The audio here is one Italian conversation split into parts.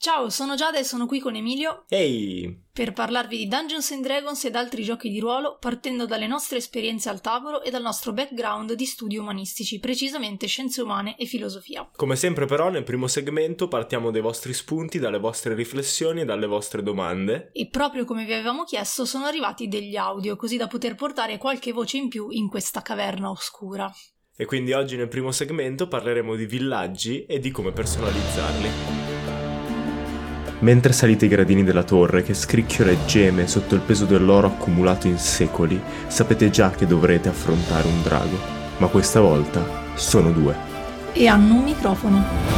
Ciao, sono Giada e sono qui con Emilio Ehi! per parlarvi di Dungeons & Dragons ed altri giochi di ruolo partendo dalle nostre esperienze al tavolo e dal nostro background di studi umanistici, precisamente scienze umane e filosofia. Come sempre però nel primo segmento partiamo dai vostri spunti, dalle vostre riflessioni e dalle vostre domande. E proprio come vi avevamo chiesto sono arrivati degli audio, così da poter portare qualche voce in più in questa caverna oscura. E quindi oggi nel primo segmento parleremo di villaggi e di come personalizzarli. Mentre salite i gradini della torre che scricchiola e geme sotto il peso dell'oro accumulato in secoli, sapete già che dovrete affrontare un drago, ma questa volta sono due. E hanno un microfono.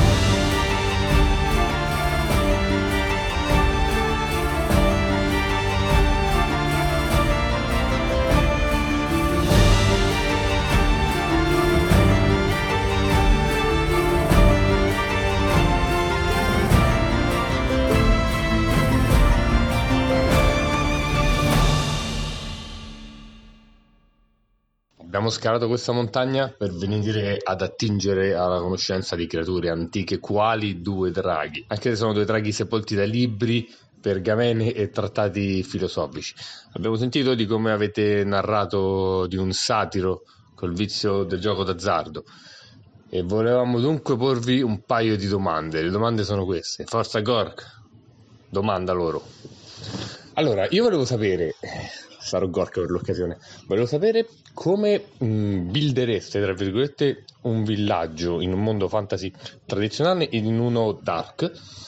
Abbiamo scalato questa montagna per venire ad attingere alla conoscenza di creature antiche quali due draghi, anche se sono due draghi sepolti da libri, pergamene e trattati filosofici. Abbiamo sentito di come avete narrato di un satiro col vizio del gioco d'azzardo e volevamo dunque porvi un paio di domande. Le domande sono queste. Forza Gork, domanda loro. Allora, io volevo sapere, sarò Gork per l'occasione, volevo sapere come buildereste, tra virgolette, un villaggio in un mondo fantasy tradizionale e in uno dark,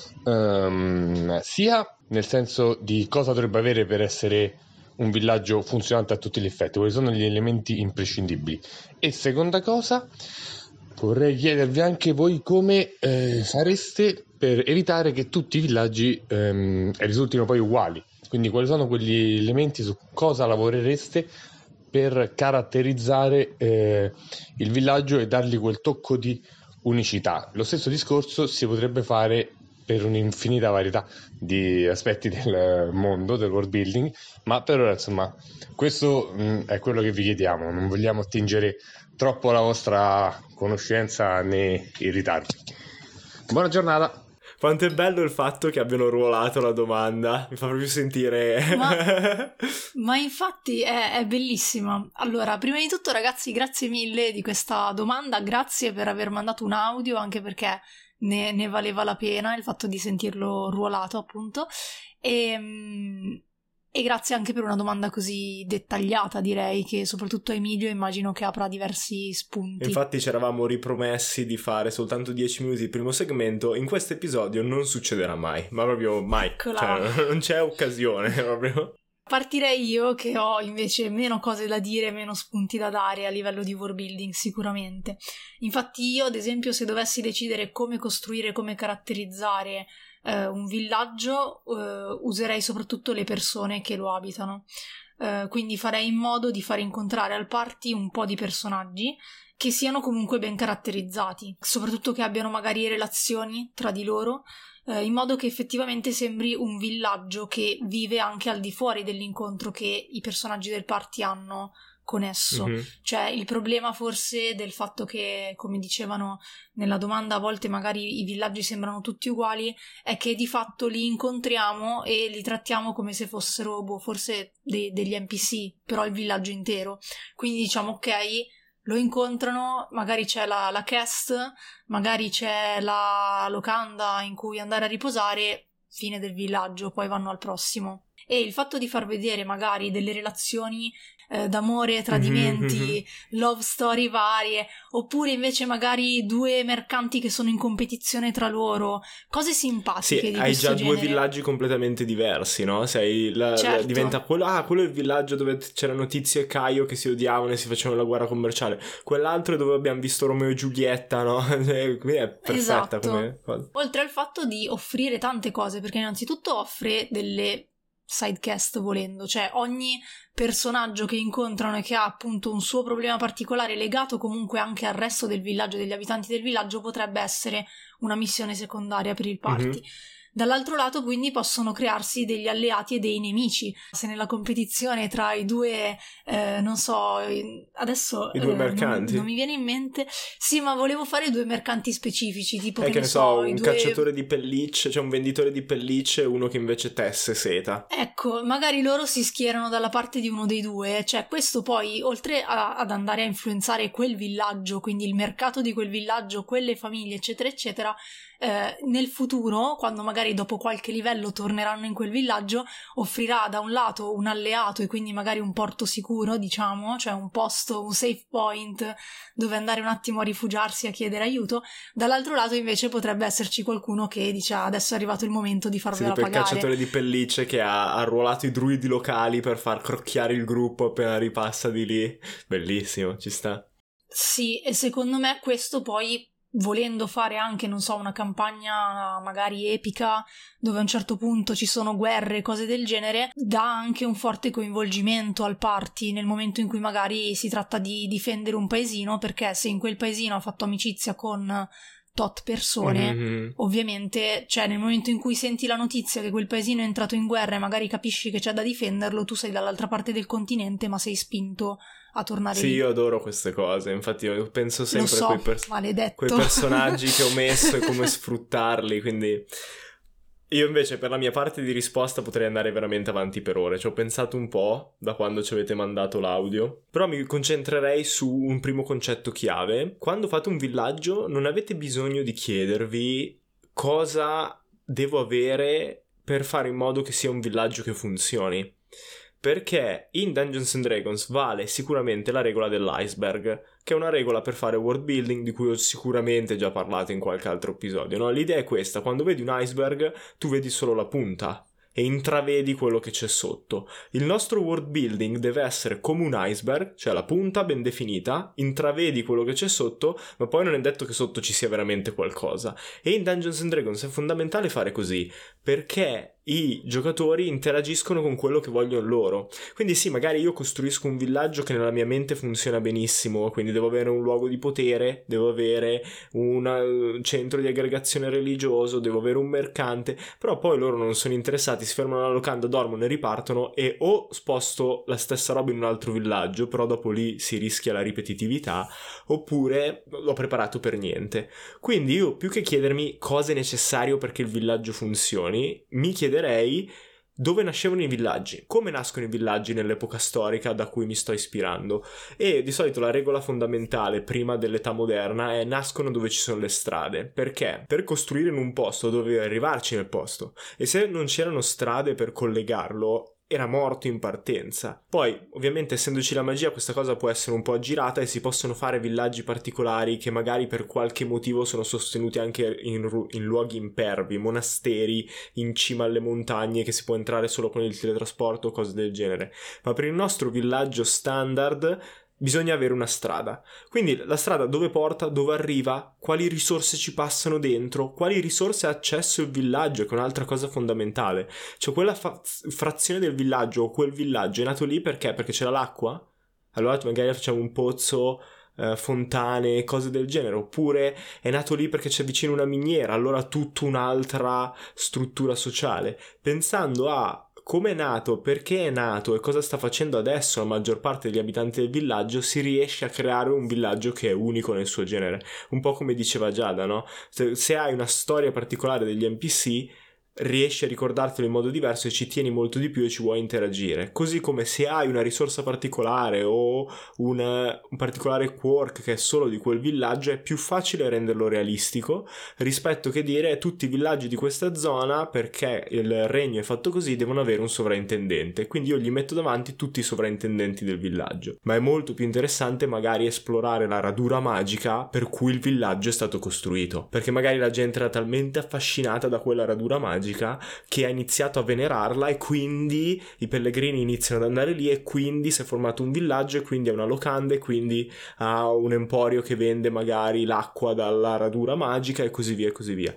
sia nel senso di cosa dovrebbe avere per essere un villaggio funzionante a tutti gli effetti, quali sono gli elementi imprescindibili, e seconda cosa, vorrei chiedervi anche voi come fareste per evitare che tutti i villaggi risultino poi uguali. Quindi quali sono quegli elementi, su cosa lavorereste per caratterizzare il villaggio e dargli quel tocco di unicità. Lo stesso discorso si potrebbe fare per un'infinita varietà di aspetti del mondo, del world building, ma per ora insomma questo è quello che vi chiediamo, non vogliamo attingere troppo alla vostra conoscenza né irritarvi. Buona giornata! Quanto è bello il fatto che abbiano ruolato la domanda, mi fa proprio sentire... Ma infatti è bellissima. Allora, prima di tutto ragazzi, grazie mille di questa domanda, grazie per aver mandato un audio, anche perché ne valeva la pena il fatto di sentirlo ruolato, appunto, e grazie anche per una domanda così dettagliata, direi, che soprattutto Emilio immagino che apra diversi spunti. Infatti ci eravamo ripromessi di fare soltanto 10 minuti il primo segmento, in questo episodio non succederà mai, ma proprio mai, cioè, non c'è occasione proprio. Partirei io che ho invece meno cose da dire, meno spunti da dare a livello di world building sicuramente. Infatti io ad esempio se dovessi decidere come costruire, come caratterizzare un villaggio, userei soprattutto le persone che lo abitano, quindi farei in modo di fare incontrare al party un po' di personaggi che siano comunque ben caratterizzati, soprattutto che abbiano magari relazioni tra di loro, in modo che effettivamente sembri un villaggio che vive anche al di fuori dell'incontro che i personaggi del party hanno con esso. Mm-hmm. Cioè il problema forse del fatto che, come dicevano nella domanda, a volte magari i villaggi sembrano tutti uguali, è che di fatto li incontriamo e li trattiamo come se fossero forse degli NPC, però il villaggio intero. Quindi diciamo ok, lo incontrano, magari c'è la cast, magari c'è la locanda in cui andare a riposare, fine del villaggio, poi vanno al prossimo. E il fatto di far vedere magari delle relazioni d'amore, tradimenti, love story varie, oppure invece magari due mercanti che sono in competizione tra loro, cose simpatiche di questo genere. Hai già due villaggi completamente diversi, no? Certo. Diventa quello è il villaggio dove c'erano Tizio e Caio che si odiavano e si facevano la guerra commerciale, quell'altro è dove abbiamo visto Romeo e Giulietta, no? Quindi è perfetta. Esatto. Come cosa. Oltre al fatto di offrire tante cose, perché innanzitutto offre delle sidecast volendo, cioè ogni personaggio che incontrano e che ha appunto un suo problema particolare legato comunque anche al resto del villaggio, degli abitanti del villaggio, potrebbe essere una missione secondaria per il party. Dall'altro lato quindi possono crearsi degli alleati e dei nemici. Se nella competizione tra i due, non so, adesso i due mercanti non mi viene in mente. Sì, ma volevo fare due mercanti specifici, tipo che ne so, un due... cacciatore di pellicce, cioè un venditore di pellicce e uno che invece tesse seta. Ecco, magari loro si schierano dalla parte di uno dei due, cioè questo poi, oltre ad andare a influenzare quel villaggio, quindi il mercato di quel villaggio, quelle famiglie, eccetera, eccetera, nel futuro, quando magari dopo qualche livello torneranno in quel villaggio, offrirà da un lato un alleato e quindi magari un porto sicuro, diciamo, cioè un posto, un safe point dove andare un attimo a rifugiarsi, a chiedere aiuto. Dall'altro lato invece potrebbe esserci qualcuno che dice adesso è arrivato il momento di farvela pagare. Il cacciatore di pellicce che ha arruolato i druidi locali per far crocchiare il gruppo appena ripassa di lì. Bellissimo, ci sta. Sì, e secondo me questo poi, volendo fare anche, non so, una campagna magari epica dove a un certo punto ci sono guerre, cose del genere, dà anche un forte coinvolgimento al party nel momento in cui magari si tratta di difendere un paesino, perché se in quel paesino ha fatto amicizia con tot persone, ovviamente, cioè nel momento in cui senti la notizia che quel paesino è entrato in guerra e magari capisci che c'è da difenderlo, tu sei dall'altra parte del continente ma sei spinto a tornare lì. Sì, io adoro queste cose, infatti io penso sempre a quei personaggi che ho messo e come sfruttarli, quindi io invece per la mia parte di risposta potrei andare veramente avanti per ore, ci ho pensato un po' da quando ci avete mandato l'audio, però mi concentrerei su un primo concetto chiave. Quando fate un villaggio non avete bisogno di chiedervi cosa devo avere per fare in modo che sia un villaggio che funzioni. Perché in Dungeons and Dragons vale sicuramente la regola dell'iceberg, che è una regola per fare world building di cui ho sicuramente già parlato in qualche altro episodio, no? L'idea è questa: quando vedi un iceberg tu vedi solo la punta e intravedi quello che c'è sotto. Il nostro world building deve essere come un iceberg, cioè la punta ben definita, intravedi quello che c'è sotto, ma poi non è detto che sotto ci sia veramente qualcosa. E in Dungeons and Dragons è fondamentale fare così, perché i giocatori interagiscono con quello che vogliono loro. Quindi sì, magari io costruisco un villaggio che nella mia mente funziona benissimo, quindi devo avere un luogo di potere, devo avere un centro di aggregazione religioso, devo avere un mercante, però poi loro non sono interessati, si fermano alla locanda, dormono e ripartono, e o sposto la stessa roba in un altro villaggio, però dopo lì si rischia la ripetitività, oppure l'ho preparato per niente. Quindi io, più che chiedermi cosa è necessario perché il villaggio funzioni, mi chiederei dove nascevano i villaggi, come nascono i villaggi nell'epoca storica da cui mi sto ispirando. E di solito la regola fondamentale prima dell'età moderna è: nascono dove ci sono le strade. Perché? Per costruire in un posto dovevi arrivarci nel posto, e se non c'erano strade per collegarlo era morto in partenza. Poi, ovviamente, essendoci la magia, questa cosa può essere un po' aggirata e si possono fare villaggi particolari che magari per qualche motivo sono sostenuti anche in luoghi impervi, monasteri in cima alle montagne che si può entrare solo con il teletrasporto o cose del genere. Ma per il nostro villaggio standard bisogna avere una strada. Quindi la strada dove porta, dove arriva, quali risorse ci passano dentro, quali risorse ha accesso il villaggio, che è un'altra cosa fondamentale. Cioè quella frazione del villaggio o quel villaggio è nato lì perché? Perché c'era l'acqua? Allora magari facciamo un pozzo, fontane, cose del genere. Oppure è nato lì perché c'è vicino una miniera, allora tutta un'altra struttura sociale. Pensando a come è nato, perché è nato e cosa sta facendo adesso la maggior parte degli abitanti del villaggio, si riesce a creare un villaggio che è unico nel suo genere. Un po' come diceva Giada, no? Se hai una storia particolare degli NPC, riesci a ricordartelo in modo diverso e ci tieni molto di più e ci vuoi interagire. Così come se hai una risorsa particolare o un particolare quirk che è solo di quel villaggio, è più facile renderlo realistico rispetto che dire tutti i villaggi di questa zona, perché il regno è fatto così, devono avere un sovrintendente, quindi io gli metto davanti tutti i sovrintendenti del villaggio. Ma è molto più interessante magari esplorare la radura magica per cui il villaggio è stato costruito, perché magari la gente era talmente affascinata da quella radura magica che ha iniziato a venerarla, e quindi i pellegrini iniziano ad andare lì, e quindi si è formato un villaggio, e quindi ha una locanda, e quindi ha un emporio che vende magari l'acqua dalla radura magica, e così via e così via.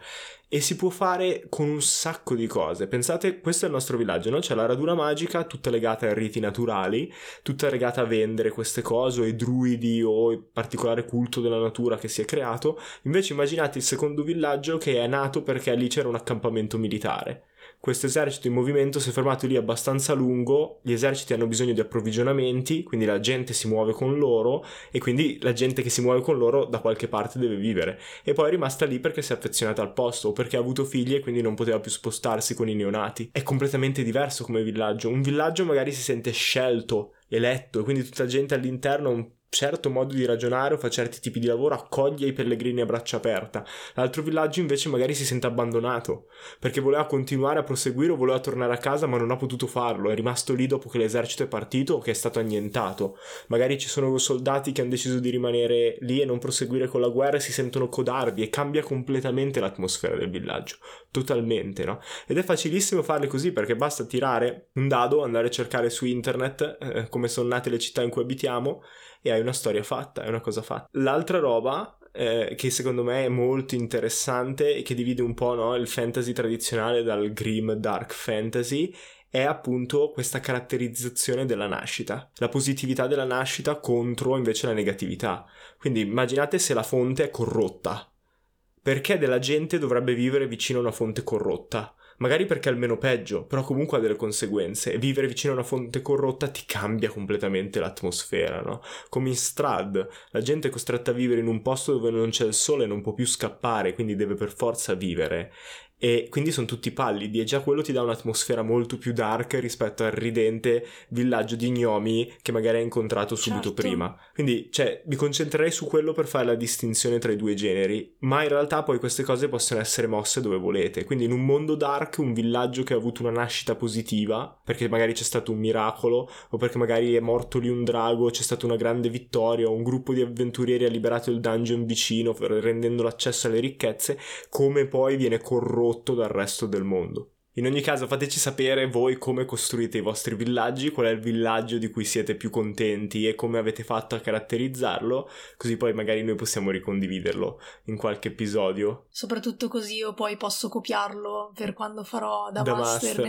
e si può fare con un sacco di cose. Pensate, questo è il nostro villaggio, no? C'è la raduna magica tutta legata a riti naturali, tutta legata a vendere queste cose, o i druidi o il particolare culto della natura che si è creato. Invece immaginate il secondo villaggio che è nato perché lì c'era un accampamento militare. Questo esercito in movimento si è fermato lì abbastanza a lungo, gli eserciti hanno bisogno di approvvigionamenti, quindi la gente si muove con loro e quindi la gente che si muove con loro da qualche parte deve vivere, e poi è rimasta lì perché si è affezionata al posto o perché ha avuto figli e quindi non poteva più spostarsi con i neonati. È completamente diverso come villaggio. Un villaggio magari si sente scelto, eletto, e quindi tutta la gente all'interno ha un certo modo di ragionare o fa certi tipi di lavoro, accoglie i pellegrini a braccia aperte. L'altro villaggio invece magari si sente abbandonato perché voleva continuare a proseguire o voleva tornare a casa ma non ha potuto farlo, è rimasto lì dopo che l'esercito è partito o che è stato annientato. Magari ci sono soldati che hanno deciso di rimanere lì e non proseguire con la guerra e si sentono codardi, e cambia completamente l'atmosfera del villaggio, totalmente, no? Ed è facilissimo farle così perché basta tirare un dado, andare a cercare su internet come sono nate le città in cui abitiamo e hai una storia fatta, è una cosa fatta. L'altra roba che secondo me è molto interessante e che divide un po', no, il fantasy tradizionale dal grim dark fantasy è appunto questa caratterizzazione della nascita, la positività della nascita contro invece la negatività. Quindi immaginate se la fonte è corrotta, perché della gente dovrebbe vivere vicino a una fonte corrotta? Magari perché è il meno peggio, però comunque ha delle conseguenze, e vivere vicino a una fonte corrotta ti cambia completamente l'atmosfera, no? Come in Strahd, la gente è costretta a vivere in un posto dove non c'è il sole e non può più scappare, quindi deve per forza vivere. E quindi sono tutti pallidi, e già quello ti dà un'atmosfera molto più dark rispetto al ridente villaggio di gnomi che magari hai incontrato subito prima. Quindi, mi concentrerei su quello per fare la distinzione tra i due generi, ma in realtà poi queste cose possono essere mosse dove volete. Quindi in un mondo dark, un villaggio che ha avuto una nascita positiva, perché magari c'è stato un miracolo, o perché magari è morto lì un drago, c'è stata una grande vittoria, o un gruppo di avventurieri ha liberato il dungeon vicino rendendo l'accesso alle ricchezze, come poi viene corrotto dal resto del mondo. In ogni caso fateci sapere voi come costruite i vostri villaggi, qual è il villaggio di cui siete più contenti e come avete fatto a caratterizzarlo, così poi magari noi possiamo ricondividerlo in qualche episodio. Soprattutto così io poi posso copiarlo per quando farò da master.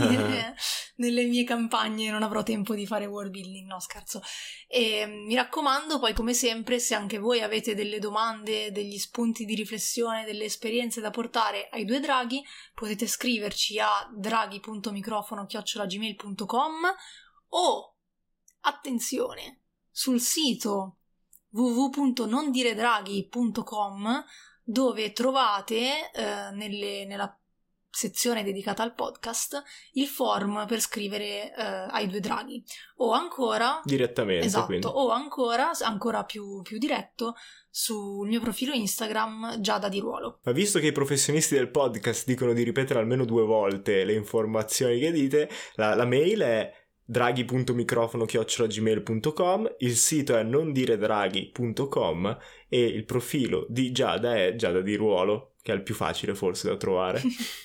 Nelle mie campagne, non avrò tempo di fare world building, no scherzo. E mi raccomando, poi come sempre, se anche voi avete delle domande, degli spunti di riflessione, delle esperienze da portare ai due draghi, potete scriverci a draghi.microfono@gmail.com o, attenzione, sul sito www.nondiredraghi.com, dove trovate nella sezione dedicata al podcast il form per scrivere ai due draghi, o ancora direttamente, esatto, quindi. O ancora più diretto sul mio profilo Instagram Giada di Ruolo. Ma visto che i professionisti del podcast dicono di ripetere almeno 2 volte le informazioni che dite, la mail è draghi.microfono@gmail.com, il sito è nondiredraghi.com e il profilo di Giada è Giada di Ruolo, che è il più facile forse da trovare.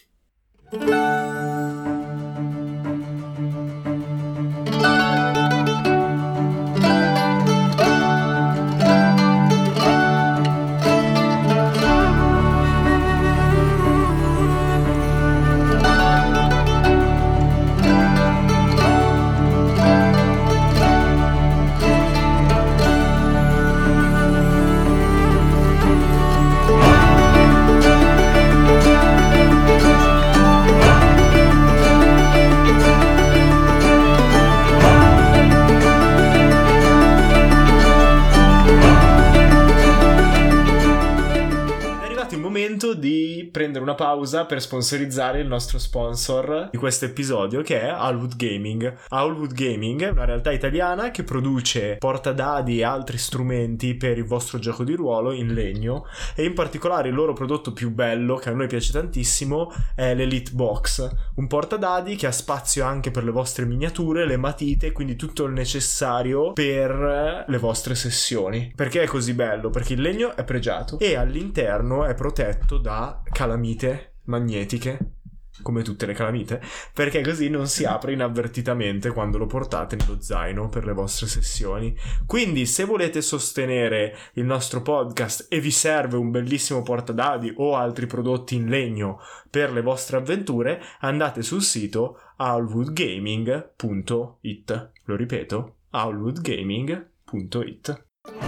Di prendere una pausa per sponsorizzare il nostro sponsor di questo episodio, che è Owlwood Gaming. Owlwood Gaming è una realtà italiana che produce portadadi e altri strumenti per il vostro gioco di ruolo in legno, e in particolare il loro prodotto più bello, che a noi piace tantissimo, è l'Elite Box, un portadadi che ha spazio anche per le vostre miniature, le matite, quindi tutto il necessario per le vostre sessioni. Perché è così bello? Perché il legno è pregiato e all'interno è protetto da calamite magnetiche, come tutte le calamite, perché così non si apre inavvertitamente quando lo portate nello zaino per le vostre sessioni. Quindi se volete sostenere il nostro podcast e vi serve un bellissimo portadadi o altri prodotti in legno per le vostre avventure, andate sul sito owlwoodgaming.it. Lo ripeto, owlwoodgaming.it.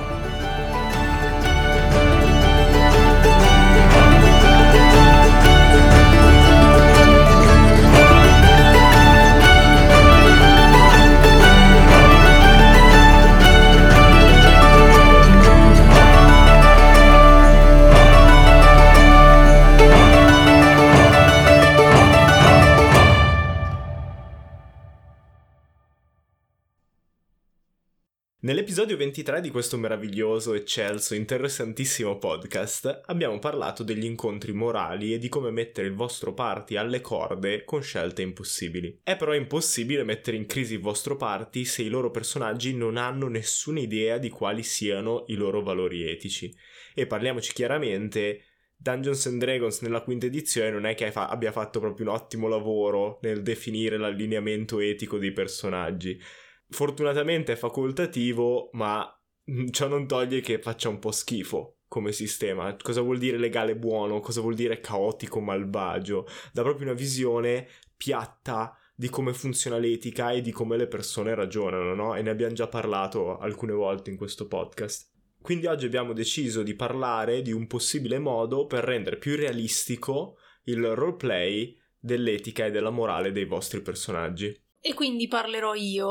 Nell'episodio 23 di questo meraviglioso, eccelso, interessantissimo podcast abbiamo parlato degli incontri morali e di come mettere il vostro party alle corde con scelte impossibili. È però impossibile mettere in crisi il vostro party se i loro personaggi non hanno nessuna idea di quali siano i loro valori etici. E parliamoci chiaramente, Dungeons & Dragons nella quinta edizione non è che abbia fatto proprio un ottimo lavoro nel definire l'allineamento etico dei personaggi. Fortunatamente è facoltativo, ma ciò non toglie che faccia un po' schifo come sistema. Cosa vuol dire legale buono? Cosa vuol dire caotico malvagio? Dà proprio una visione piatta di come funziona l'etica e di come le persone ragionano, no? E ne abbiamo già parlato alcune volte in questo podcast. Quindi oggi abbiamo deciso di parlare di un possibile modo per rendere più realistico il roleplay dell'etica e della morale dei vostri personaggi. E quindi parlerò io.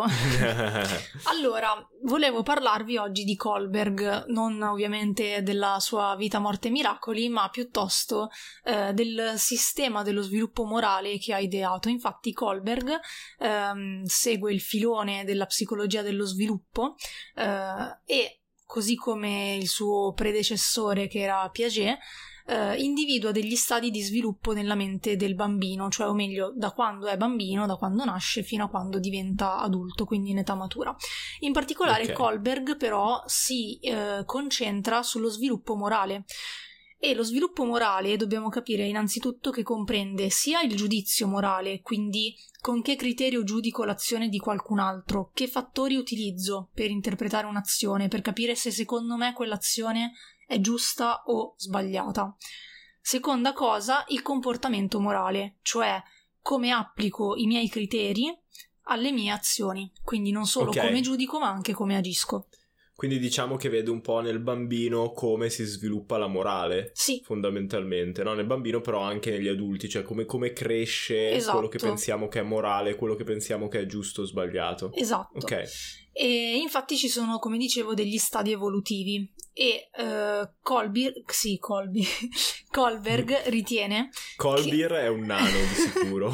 Allora, volevo parlarvi oggi di Kohlberg, non ovviamente della sua vita, morte e miracoli, ma piuttosto del sistema dello sviluppo morale che ha ideato. Infatti Kohlberg segue il filone della psicologia dello sviluppo e, così come il suo predecessore che era Piaget, individua degli stadi di sviluppo nella mente del bambino, cioè o meglio da quando è bambino, da quando nasce fino a quando diventa adulto, quindi in età matura. In particolare Kohlberg però si concentra sullo sviluppo morale. E lo sviluppo morale dobbiamo capire innanzitutto che comprende sia il giudizio morale, quindi con che criterio giudico l'azione di qualcun altro, che fattori utilizzo per interpretare un'azione, per capire se secondo me quell'azione è giusta o sbagliata. Seconda cosa, il comportamento morale, cioè come applico i miei criteri alle mie azioni, quindi non solo come giudico ma anche come agisco. Quindi diciamo che vede un po' nel bambino come si sviluppa la morale, sì, fondamentalmente, no? Nel bambino però anche negli adulti, cioè come cresce, esatto, quello che pensiamo che è morale, quello che pensiamo che è giusto o sbagliato. Esatto. Ok. E infatti ci sono, come dicevo, degli stadi evolutivi e Kohlberg ritiene Kolbir è un nano di sicuro.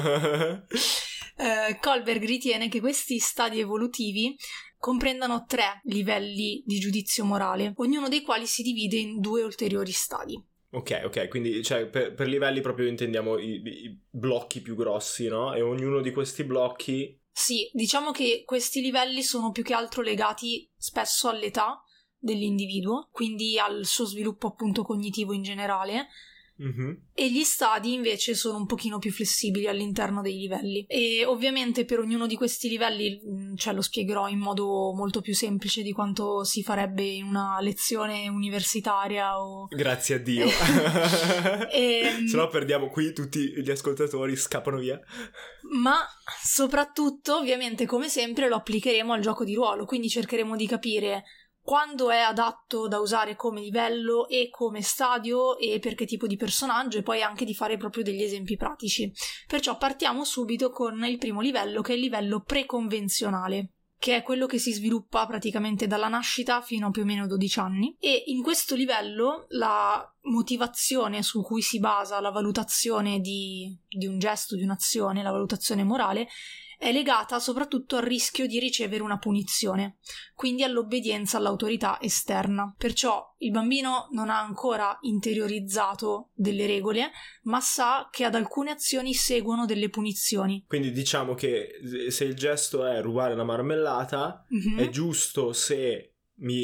Kohlberg ritiene che questi stadi evolutivi comprendano 3 livelli di giudizio morale, ognuno dei quali si divide in 2 ulteriori stadi. Ok, quindi cioè, per livelli proprio intendiamo i blocchi più grossi, no? E ognuno di questi blocchi... Sì, diciamo che questi livelli sono più che altro legati spesso all'età dell'individuo, quindi al suo sviluppo appunto cognitivo in generale, e gli stadi invece sono un pochino più flessibili all'interno dei livelli. E ovviamente per ognuno di questi livelli lo spiegherò in modo molto più semplice di quanto si farebbe in una lezione universitaria o... Grazie a Dio. Se no perdiamo qui, tutti gli ascoltatori scappano via. Ma soprattutto ovviamente come sempre lo applicheremo al gioco di ruolo, quindi cercheremo di capire quando è adatto da usare come livello e come stadio e per che tipo di personaggio, e poi anche di fare proprio degli esempi pratici. Perciò partiamo subito con il primo livello, che è il livello preconvenzionale, che è quello che si sviluppa praticamente dalla nascita fino a più o meno 12 anni, e in questo livello la motivazione su cui si basa la valutazione di un gesto, di un'azione, la valutazione morale, è legata soprattutto al rischio di ricevere una punizione, quindi all'obbedienza all'autorità esterna. Perciò il bambino non ha ancora interiorizzato delle regole, ma sa che ad alcune azioni seguono delle punizioni. Quindi diciamo che se il gesto è rubare la marmellata, è giusto se mi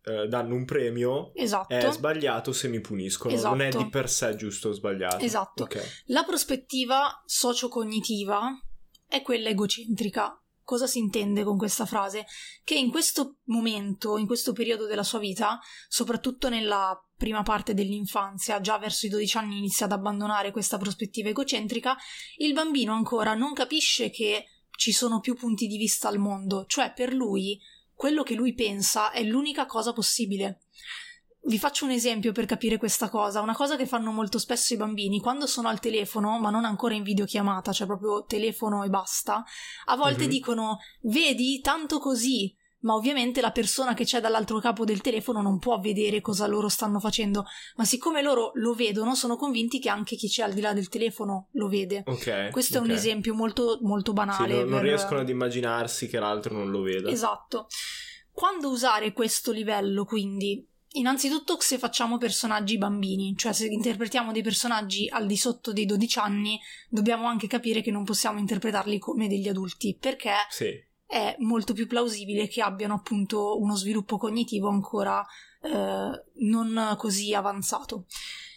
danno un premio, esatto, è sbagliato se mi puniscono, esatto, non è di per sé giusto o sbagliato. Esatto. Okay. La prospettiva sociocognitiva è quella egocentrica. Cosa si intende con questa frase? Che in questo momento, in questo periodo della sua vita, soprattutto nella prima parte dell'infanzia, già verso i 12 anni inizia ad abbandonare questa prospettiva egocentrica, il bambino ancora non capisce che ci sono più punti di vista al mondo, cioè per lui quello che lui pensa è l'unica cosa possibile. Vi faccio un esempio per capire questa cosa. Una cosa che fanno molto spesso i bambini quando sono al telefono, ma non ancora in videochiamata, cioè proprio telefono e basta, a volte dicono vedi, tanto così, ma ovviamente la persona che c'è dall'altro capo del telefono non può vedere cosa loro stanno facendo, ma siccome loro lo vedono sono convinti che anche chi c'è al di là del telefono lo vede. Questo è un esempio molto, molto banale. Sì, non riescono ad immaginarsi che l'altro non lo veda. Esatto. Quando usare questo livello, quindi? Innanzitutto se facciamo personaggi bambini, cioè se interpretiamo dei personaggi al di sotto dei 12 anni, dobbiamo anche capire che non possiamo interpretarli come degli adulti, perché è molto più plausibile che abbiano appunto uno sviluppo cognitivo ancora non così avanzato.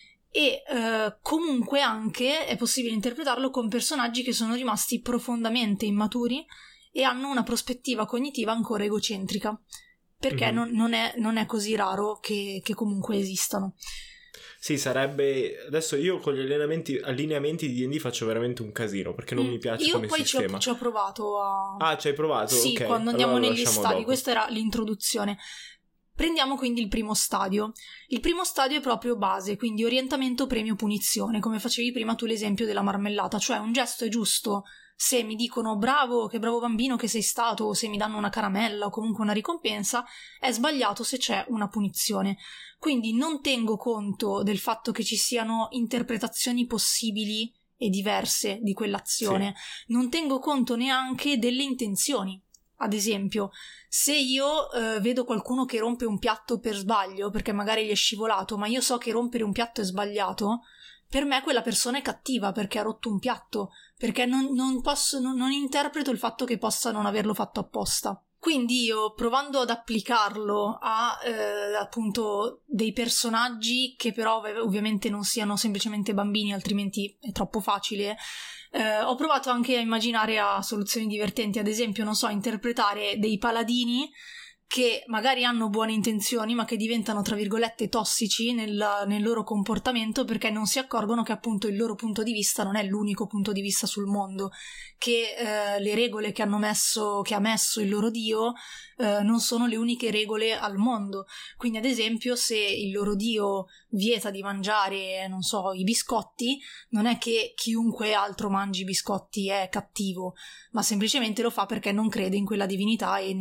E comunque anche è possibile interpretarlo con personaggi che sono rimasti profondamente immaturi e hanno una prospettiva cognitiva ancora egocentrica. Perché non è così raro che comunque esistano. Sì, sarebbe... Adesso io con gli allineamenti di D&D faccio veramente un casino, perché non mi piace come sistema. Io poi ci ho provato a... Ah, ci hai provato? Sì, okay. Quando andiamo allora negli stadi. Dopo. Questa era l'introduzione. Prendiamo quindi il primo stadio. Il primo stadio è proprio base, quindi orientamento, premio, punizione, come facevi prima tu l'esempio della marmellata, cioè un gesto è giusto se mi dicono bravo, che bravo bambino che sei stato, o se mi danno una caramella o comunque una ricompensa, è sbagliato se c'è una punizione. Quindi non tengo conto del fatto che ci siano interpretazioni possibili e diverse di quell'azione, non tengo conto neanche delle intenzioni. Ad esempio, se io vedo qualcuno che rompe un piatto per sbaglio, perché magari gli è scivolato, ma io so che rompere un piatto è sbagliato, per me quella persona è cattiva perché ha rotto un piatto, perché non interpreto il fatto che possa non averlo fatto apposta. Quindi io, provando ad applicarlo a appunto dei personaggi che però ovviamente non siano semplicemente bambini, altrimenti è troppo facile, ho provato anche a immaginare a soluzioni divertenti, ad esempio, non so, interpretare dei paladini che magari hanno buone intenzioni ma che diventano tra virgolette tossici nel loro comportamento perché non si accorgono che appunto il loro punto di vista non è l'unico punto di vista sul mondo, che le regole che ha messo il loro dio non sono le uniche regole al mondo. Quindi ad esempio se il loro dio vieta di mangiare, non so, i biscotti, non è che chiunque altro mangi biscotti è cattivo, ma semplicemente lo fa perché non crede in quella divinità e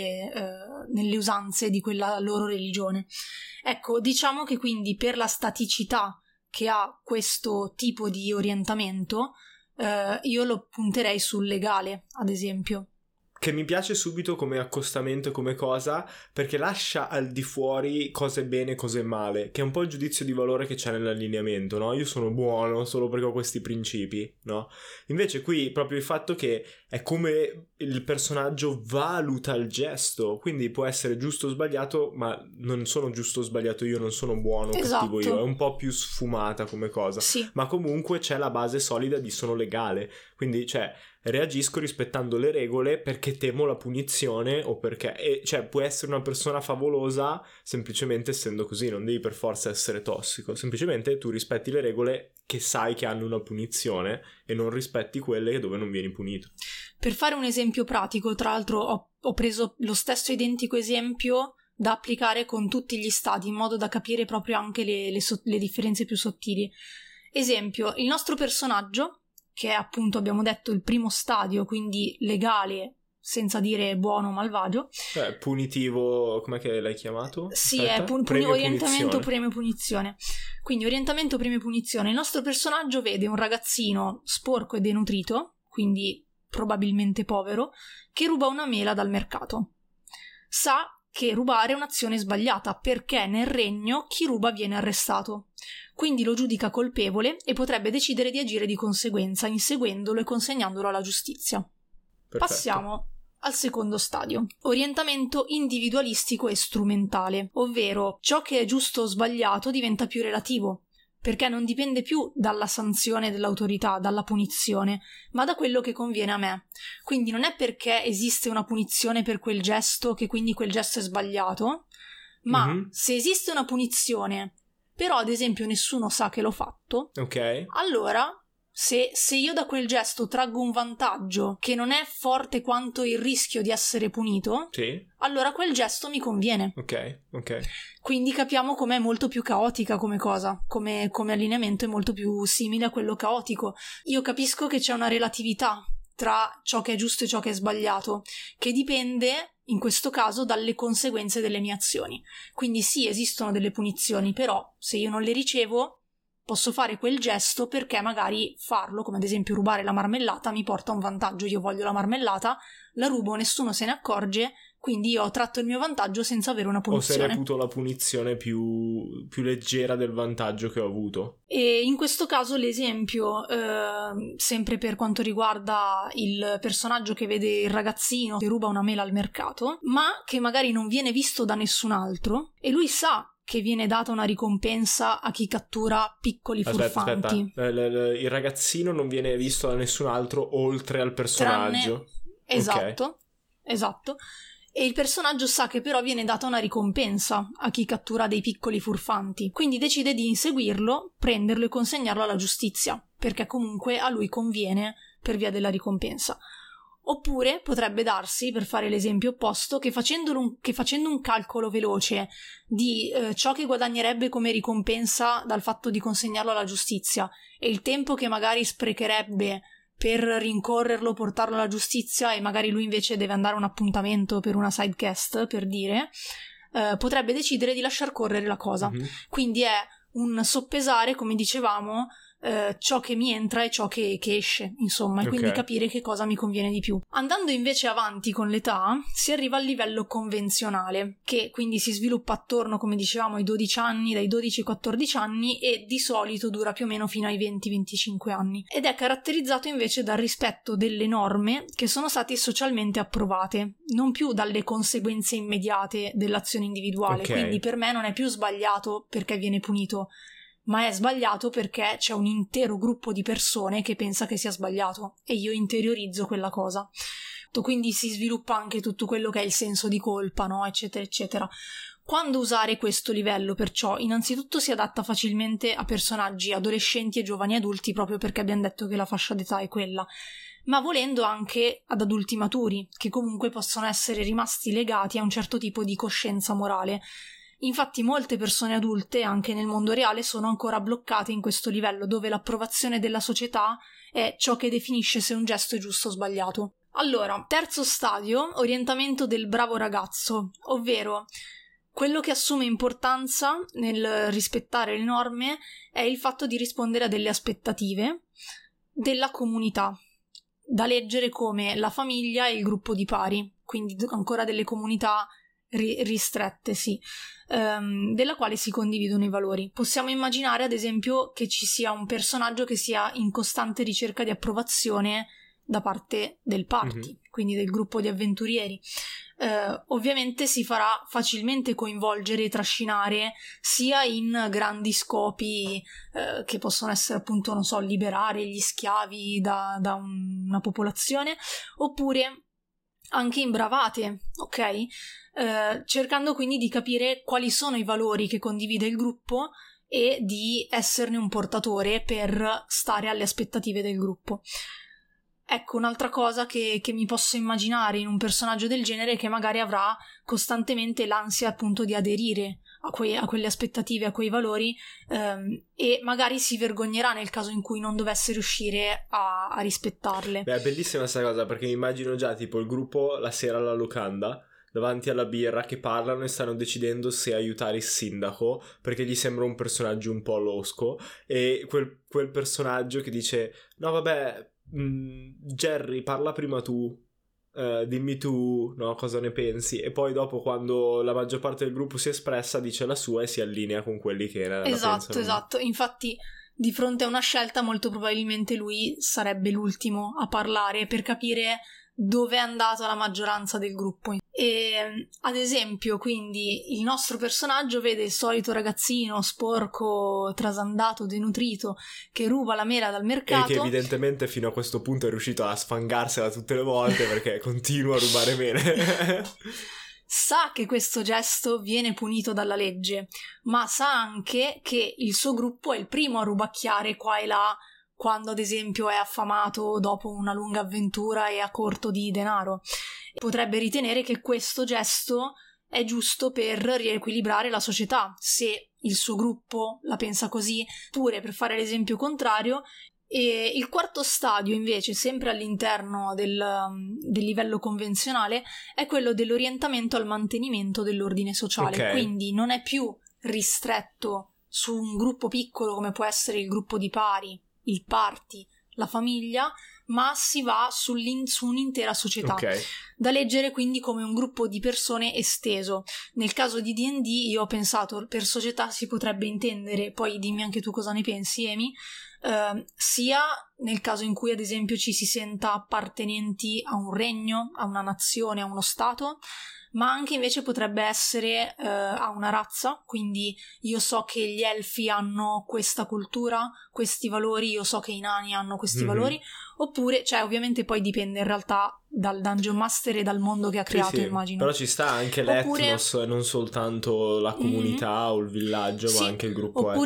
nelle usanze di quella loro religione. Ecco, diciamo che quindi per la staticità che ha questo tipo di orientamento io lo punterei sul legale, ad esempio. Che mi piace subito come accostamento e come cosa, perché lascia al di fuori cose bene, cose male, che è un po' il giudizio di valore che c'è nell'allineamento, no? Io sono buono solo perché ho questi principi, no? Invece qui proprio il fatto che è come il personaggio valuta il gesto, quindi può essere giusto o sbagliato, ma non sono giusto o sbagliato io, non sono buono o cattivo io, è un po' più sfumata come cosa, sì. Ma comunque c'è la base solida di sono legale, quindi cioè reagisco rispettando le regole perché temo la punizione o perché cioè puoi essere una persona favolosa semplicemente essendo così, non devi per forza essere tossico, semplicemente tu rispetti le regole che sai che hanno una punizione e non rispetti quelle dove non vieni punito. Per fare un esempio pratico, tra l'altro ho preso lo stesso identico esempio da applicare con tutti gli stati in modo da capire proprio anche le differenze più sottili. Esempio, il nostro personaggio, che è appunto, abbiamo detto, il primo stadio, quindi legale, senza dire buono o malvagio. Punitivo, com'è che l'hai chiamato? Sì, è orientamento, premio, punizione. Quindi orientamento, premio, punizione. Il nostro personaggio vede un ragazzino sporco e denutrito, quindi probabilmente povero, che ruba una mela dal mercato. Sa che rubare è un'azione sbagliata perché nel regno chi ruba viene arrestato. Quindi lo giudica colpevole e potrebbe decidere di agire di conseguenza, inseguendolo e consegnandolo alla giustizia. Perfetto. Passiamo al secondo stadio, orientamento individualistico e strumentale, ovvero ciò che è giusto o sbagliato diventa più relativo, perché non dipende più dalla sanzione dell'autorità, dalla punizione, ma da quello che conviene a me. Quindi non è perché esiste una punizione per quel gesto che quindi quel gesto è sbagliato, ma se esiste una punizione, però ad esempio nessuno sa che l'ho fatto, allora se io da quel gesto traggo un vantaggio che non è forte quanto il rischio di essere punito, allora quel gesto mi conviene. Quindi capiamo com'è molto più caotica come cosa, come allineamento è molto più simile a quello caotico. Io capisco che c'è una relatività tra ciò che è giusto e ciò che è sbagliato, che dipende in questo caso dalle conseguenze delle mie azioni. Quindi sì, esistono delle punizioni, però se io non le ricevo posso fare quel gesto perché magari farlo, come ad esempio rubare la marmellata, mi porta un vantaggio. Io voglio la marmellata, la rubo, nessuno se ne accorge, quindi io ho tratto il mio vantaggio senza avere una punizione. O se reputo la punizione più leggera del vantaggio che ho avuto. E in questo caso l'esempio, sempre per quanto riguarda il personaggio che vede il ragazzino che ruba una mela al mercato, ma che magari non viene visto da nessun altro, e lui sa che viene data una ricompensa a chi cattura piccoli furfanti. Aspetta. Il ragazzino non viene visto da nessun altro oltre al personaggio. Esatto. E il personaggio sa che però viene data una ricompensa a chi cattura dei piccoli furfanti, quindi decide di inseguirlo, prenderlo e consegnarlo alla giustizia, perché comunque a lui conviene per via della ricompensa. Oppure potrebbe darsi, per fare l'esempio opposto, che facendo un calcolo veloce di ciò che guadagnerebbe come ricompensa dal fatto di consegnarlo alla giustizia e il tempo che magari sprecherebbe per rincorrerlo, portarlo alla giustizia, e magari lui invece deve andare a un appuntamento per una sidecast, per dire, potrebbe decidere di lasciar correre la cosa. Quindi è un soppesare, come dicevamo, ciò che mi entra e ciò che esce, insomma, e quindi capire che cosa mi conviene di più. Andando invece avanti con l'età, si arriva al livello convenzionale, che quindi si sviluppa attorno, come dicevamo, ai 12 anni, dai 12 ai 14 anni, e di solito dura più o meno fino ai 20-25 anni, ed è caratterizzato invece dal rispetto delle norme che sono state socialmente approvate, non più dalle conseguenze immediate dell'azione individuale. Quindi per me non è più sbagliato perché viene punito, ma è sbagliato perché c'è un intero gruppo di persone che pensa che sia sbagliato e io interiorizzo quella cosa. Quindi si sviluppa anche tutto quello che è il senso di colpa, no? Eccetera eccetera. Quando usare questo livello, perciò, innanzitutto si adatta facilmente a personaggi adolescenti e giovani adulti, proprio perché abbiamo detto che la fascia d'età è quella, ma volendo anche ad adulti maturi, che comunque possono essere rimasti legati a un certo tipo di coscienza morale. Infatti molte persone adulte, anche nel mondo reale, sono ancora bloccate in questo livello, dove l'approvazione della società è ciò che definisce se un gesto è giusto o sbagliato. Allora, terzo stadio, orientamento del bravo ragazzo, ovvero quello che assume importanza nel rispettare le norme è il fatto di rispondere a delle aspettative della comunità, da leggere come la famiglia e il gruppo di pari, quindi ancora delle comunità ristrette, sì, della quale si condividono i valori. Possiamo immaginare ad esempio che ci sia un personaggio che sia in costante ricerca di approvazione da parte del party, quindi del gruppo di avventurieri. Ovviamente si farà facilmente coinvolgere e trascinare sia in grandi scopi che possono essere appunto, non so, liberare gli schiavi da una popolazione, oppure anche in bravate, ok? Cercando quindi di capire quali sono i valori che condivide il gruppo e di esserne un portatore per stare alle aspettative del gruppo. Ecco, un'altra cosa che mi posso immaginare in un personaggio del genere è che magari avrà costantemente l'ansia appunto di aderire a quelle aspettative, a quei valori, e magari si vergognerà nel caso in cui non dovesse riuscire a rispettarle. Beh, è bellissima questa cosa, perché mi immagino già tipo il gruppo la sera alla locanda davanti alla birra che parlano e stanno decidendo se aiutare il sindaco perché gli sembra un personaggio un po' losco, e quel personaggio che dice no vabbè, Jerry parla prima tu, dimmi tu, no, cosa ne pensi, e poi dopo quando la maggior parte del gruppo si è espressa dice la sua e si allinea con quelli che la pensano. Esatto, infatti di fronte a una scelta molto probabilmente lui sarebbe l'ultimo a parlare per capire dove è andata la maggioranza del gruppo. E ad esempio, quindi, il nostro personaggio vede il solito ragazzino sporco, trasandato, denutrito, che ruba la mela dal mercato. E che evidentemente fino a questo punto è riuscito a sfangarsela tutte le volte perché continua a rubare mele. Sa che questo gesto viene punito dalla legge, ma sa anche che il suo gruppo è il primo a rubacchiare qua e là quando ad esempio è affamato dopo una lunga avventura e a corto di denaro. Potrebbe ritenere che questo gesto è giusto per riequilibrare la società, se il suo gruppo la pensa così, oppure per fare l'esempio contrario. E il quarto stadio invece, sempre all'interno del livello convenzionale, è quello dell'orientamento al mantenimento dell'ordine sociale. Okay. Quindi non è più ristretto su un gruppo piccolo come può essere il gruppo di pari, il party, la famiglia, ma si va su un'intera società. Okay. Da leggere quindi come un gruppo di persone esteso. Nel caso di D&D io ho pensato per società si potrebbe intendere, poi dimmi anche tu cosa ne pensi, Amy, sia nel caso in cui ad esempio ci si senta appartenenti a un regno, a una nazione, a uno stato, ma anche invece potrebbe essere a una razza, quindi io so che gli elfi hanno questa cultura, questi valori, io so che i nani hanno questi valori, oppure, cioè ovviamente poi dipende in realtà dal Dungeon Master e dal mondo che ha creato, immagino. Però ci sta anche l'etnos, non soltanto la comunità o il villaggio, ma anche il gruppo oppure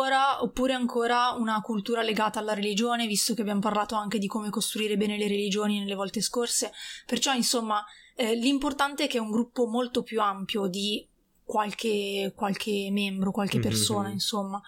ancora una cultura legata alla religione, visto che abbiamo parlato anche di come costruire bene le religioni nelle volte scorse. Perciò insomma l'importante è che è un gruppo molto più ampio di qualche membro, qualche persona, insomma.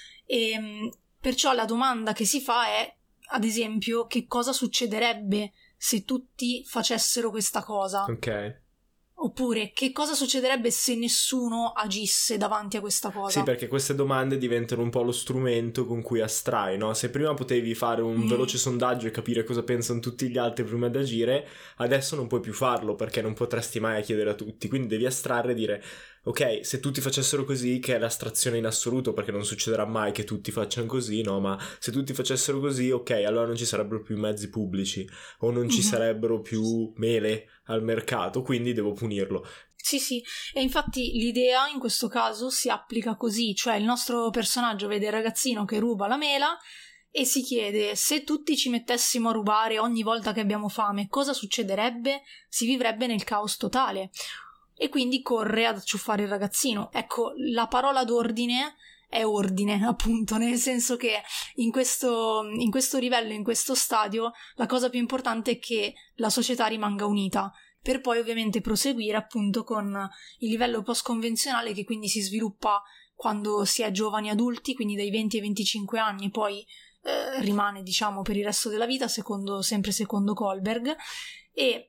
E perciò la domanda che si fa è, ad esempio, che cosa succederebbe se tutti facessero questa cosa? Ok. Oppure che cosa succederebbe se nessuno agisse davanti a questa cosa? Sì, perché queste domande diventano un po' lo strumento con cui astrai, no? Se prima potevi fare un veloce sondaggio e capire cosa pensano tutti gli altri prima di agire, adesso non puoi più farlo perché non potresti mai chiedere a tutti, quindi devi astrarre e dire ok, se tutti facessero così, che è l'astrazione in assoluto perché non succederà mai che tutti facciano così, no? Ma se tutti facessero così, ok, allora non ci sarebbero più mezzi pubblici o non ci sarebbero più mele al mercato, quindi devo punirlo. Sì, e infatti l'idea in questo caso si applica così, cioè il nostro personaggio vede il ragazzino che ruba la mela e si chiede: se tutti ci mettessimo a rubare ogni volta che abbiamo fame, cosa succederebbe? Si vivrebbe nel caos totale. E quindi corre ad acciuffare il ragazzino. Ecco, la parola d'ordine è ordine, appunto, nel senso che in questo livello, in questo stadio, la cosa più importante è che la società rimanga unita, per poi ovviamente proseguire appunto con il livello post-convenzionale, che quindi si sviluppa quando si è giovani adulti, quindi dai 20 ai 25 anni, poi rimane, diciamo, per il resto della vita, sempre secondo Kohlberg. E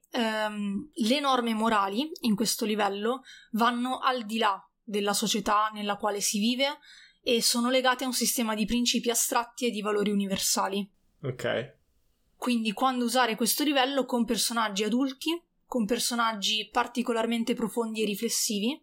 le norme morali in questo livello vanno al di là della società nella quale si vive e sono legate a un sistema di principi astratti e di valori universali. Ok. Quindi quando usare questo livello con personaggi adulti, con personaggi particolarmente profondi e riflessivi,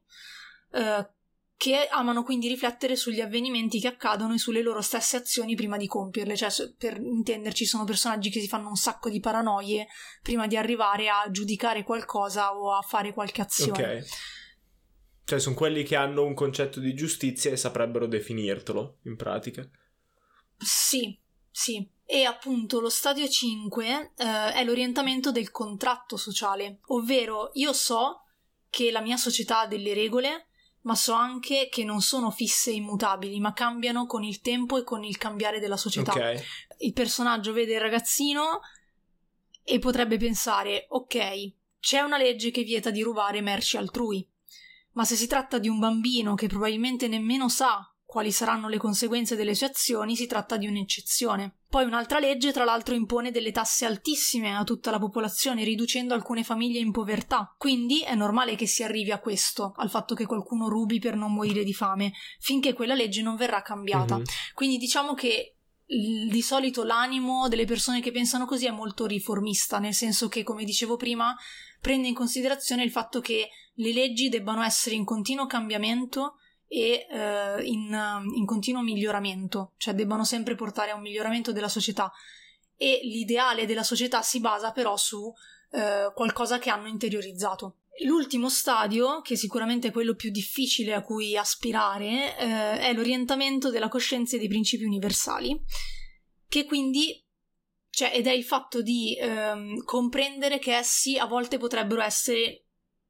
che amano quindi riflettere sugli avvenimenti che accadono e sulle loro stesse azioni prima di compierle. Cioè, per intenderci, sono personaggi che si fanno un sacco di paranoie prima di arrivare a giudicare qualcosa o a fare qualche azione. Ok. Cioè sono quelli che hanno un concetto di giustizia e saprebbero definirtelo, in pratica. Sì. E appunto lo stadio 5 è l'orientamento del contratto sociale, ovvero io so che la mia società ha delle regole, ma so anche che non sono fisse e immutabili, ma cambiano con il tempo e con il cambiare della società. Okay. Il personaggio vede il ragazzino e potrebbe pensare: ok, c'è una legge che vieta di rubare merci altrui, ma se si tratta di un bambino che probabilmente nemmeno sa quali saranno le conseguenze delle sue azioni, si tratta di un'eccezione. Poi un'altra legge, tra l'altro, impone delle tasse altissime a tutta la popolazione, riducendo alcune famiglie in povertà. Quindi è normale che si arrivi a questo, al fatto che qualcuno rubi per non morire di fame, finché quella legge non verrà cambiata. Quindi diciamo che di solito l'animo delle persone che pensano così è molto riformista, nel senso che, come dicevo prima, prende in considerazione il fatto che le leggi debbano essere in continuo cambiamento e in continuo miglioramento, cioè debbano sempre portare a un miglioramento della società, e l'ideale della società si basa però su qualcosa che hanno interiorizzato. L'ultimo stadio, che sicuramente è quello più difficile a cui aspirare, è l'orientamento della coscienza e dei principi universali, che quindi, ed è il fatto di comprendere che essi a volte potrebbero essere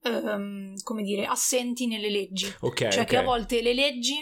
assenti nelle leggi. Che a volte le leggi,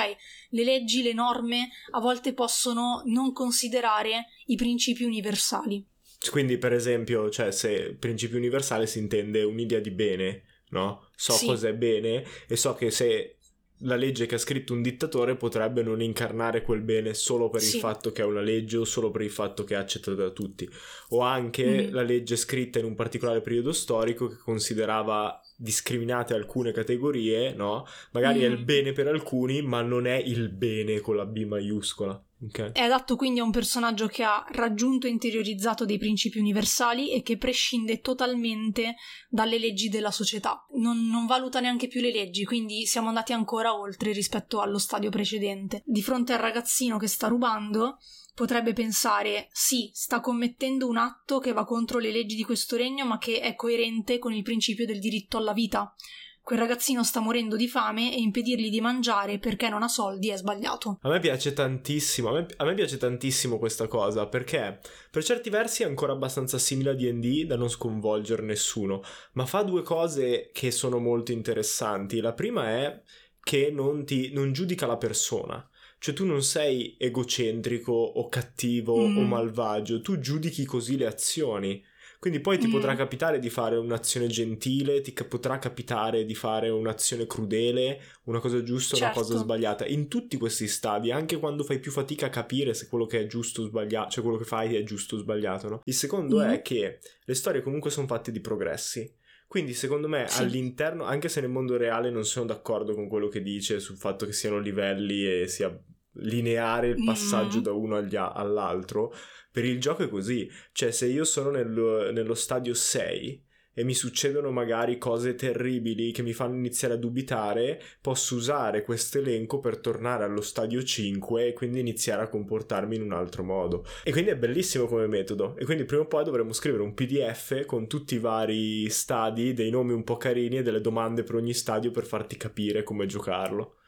le norme a volte possono non considerare i principi universali. Quindi, per esempio, se principio universale si intende un'idea di bene, no? So cos'è bene e so che se la legge che ha scritto un dittatore potrebbe non incarnare quel bene solo per il fatto che è una legge o solo per il fatto che è accettata da tutti. O anche la legge scritta in un particolare periodo storico che considerava discriminate alcune categorie, no? Magari è il bene per alcuni, ma non è il bene con la B maiuscola. È adatto quindi a un personaggio che ha raggiunto e interiorizzato dei principi universali e che prescinde totalmente dalle leggi della società. Non valuta neanche più le leggi, quindi siamo andati ancora oltre rispetto allo stadio precedente. Di fronte al ragazzino che sta rubando, potrebbe pensare, sì, sta commettendo un atto che va contro le leggi di questo regno, ma che è coerente con il principio del diritto alla vita. Quel ragazzino sta morendo di fame e impedirgli di mangiare perché non ha soldi è sbagliato. A me piace tantissimo, a me piace tantissimo questa cosa, perché per certi versi è ancora abbastanza simile a D&D da non sconvolgere nessuno, ma fa due cose che sono molto interessanti. La prima è che non giudica la persona. Cioè tu non sei egocentrico o cattivo o malvagio, tu giudichi così le azioni. Quindi poi ti potrà capitare di fare un'azione gentile, ti potrà capitare di fare un'azione crudele, una cosa giusta o una cosa sbagliata. In tutti questi stadi, anche quando fai più fatica a capire se quello che è giusto o sbagliato, cioè quello che fai è giusto o sbagliato, no? Il secondo è che le storie comunque sono fatte di progressi. Quindi secondo me all'interno, anche se nel mondo reale non sono d'accordo con quello che dice sul fatto che siano livelli e sia lineare il passaggio da uno all'altro, per il gioco è così. Cioè se io sono nello stadio 6 e mi succedono magari cose terribili che mi fanno iniziare a dubitare, posso usare questo elenco per tornare allo stadio 5 e quindi iniziare a comportarmi in un altro modo. E quindi è bellissimo come metodo. E quindi prima o poi dovremmo scrivere un PDF con tutti i vari stadi, dei nomi un po' carini e delle domande per ogni stadio per farti capire come giocarlo.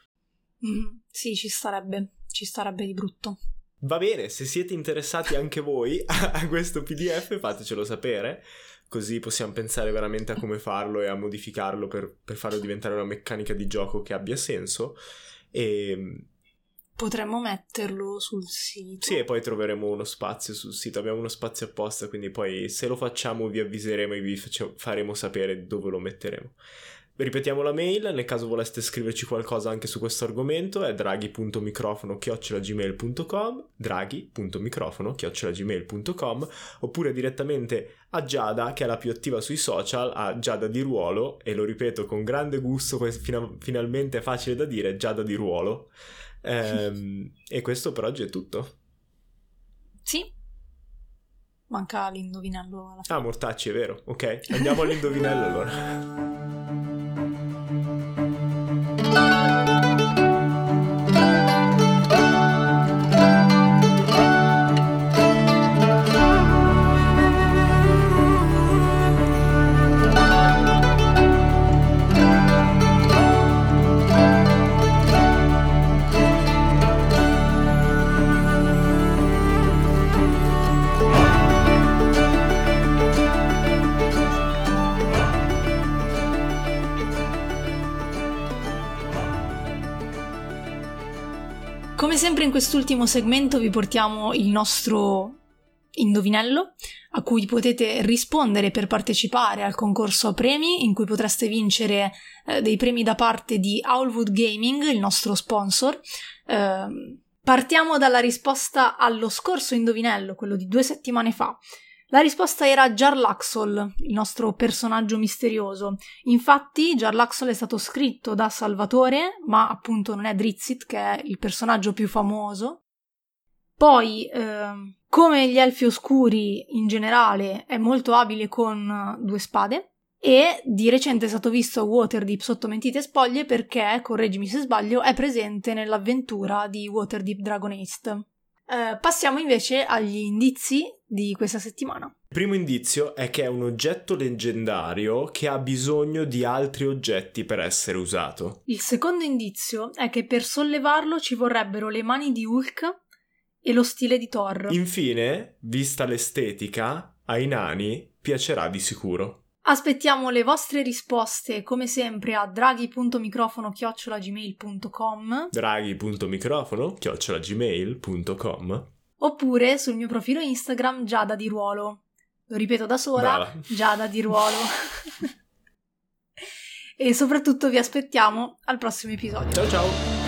Sì, ci starebbe di brutto. Va bene, se siete interessati anche voi a questo PDF fatecelo sapere, così possiamo pensare veramente a come farlo e a modificarlo per farlo diventare una meccanica di gioco che abbia senso. E potremmo metterlo sul sito. Sì, e poi troveremo uno spazio sul sito, abbiamo uno spazio apposta, quindi poi se lo facciamo vi avviseremo e vi faremo sapere dove lo metteremo. Ripetiamo la mail, nel caso voleste scriverci qualcosa anche su questo argomento, è draghi.microfono@gmail.com, oppure direttamente a Giada, che è la più attiva sui social, a Giada di Ruolo, e lo ripeto con grande gusto, finalmente è facile da dire, Giada di Ruolo. E questo per oggi è tutto. Sì. Manca l'indovinello alla fine. Ah, mortacci, è vero. Ok, andiamo all'indovinello allora. Come sempre in quest'ultimo segmento vi portiamo il nostro indovinello a cui potete rispondere per partecipare al concorso a premi, in cui potreste vincere dei premi da parte di Owlwood Gaming, il nostro sponsor. Partiamo dalla risposta allo scorso indovinello, quello di 2 settimane fa. La risposta era Jarlaxle, il nostro personaggio misterioso. Infatti Jarlaxle è stato scritto da Salvatore, ma appunto non è Drizzt, che è il personaggio più famoso. Poi, come gli elfi oscuri in generale, è molto abile con 2 spade, e di recente è stato visto a Waterdeep sotto mentite spoglie perché, correggimi se sbaglio, è presente nell'avventura di Waterdeep Dragon Heist. Passiamo invece agli indizi di questa settimana. Il primo indizio è che è un oggetto leggendario che ha bisogno di altri oggetti per essere usato. Il secondo indizio è che per sollevarlo ci vorrebbero le mani di Hulk e lo stile di Thor. Infine, vista l'estetica, ai nani piacerà di sicuro. Aspettiamo le vostre risposte come sempre a draghi.microfono@gmail.com draghi.microfono@gmail.com oppure sul mio profilo Instagram Giada Di Ruolo. Lo ripeto da sola, Brava. Giada Di Ruolo. E soprattutto vi aspettiamo al prossimo episodio. Ciao ciao!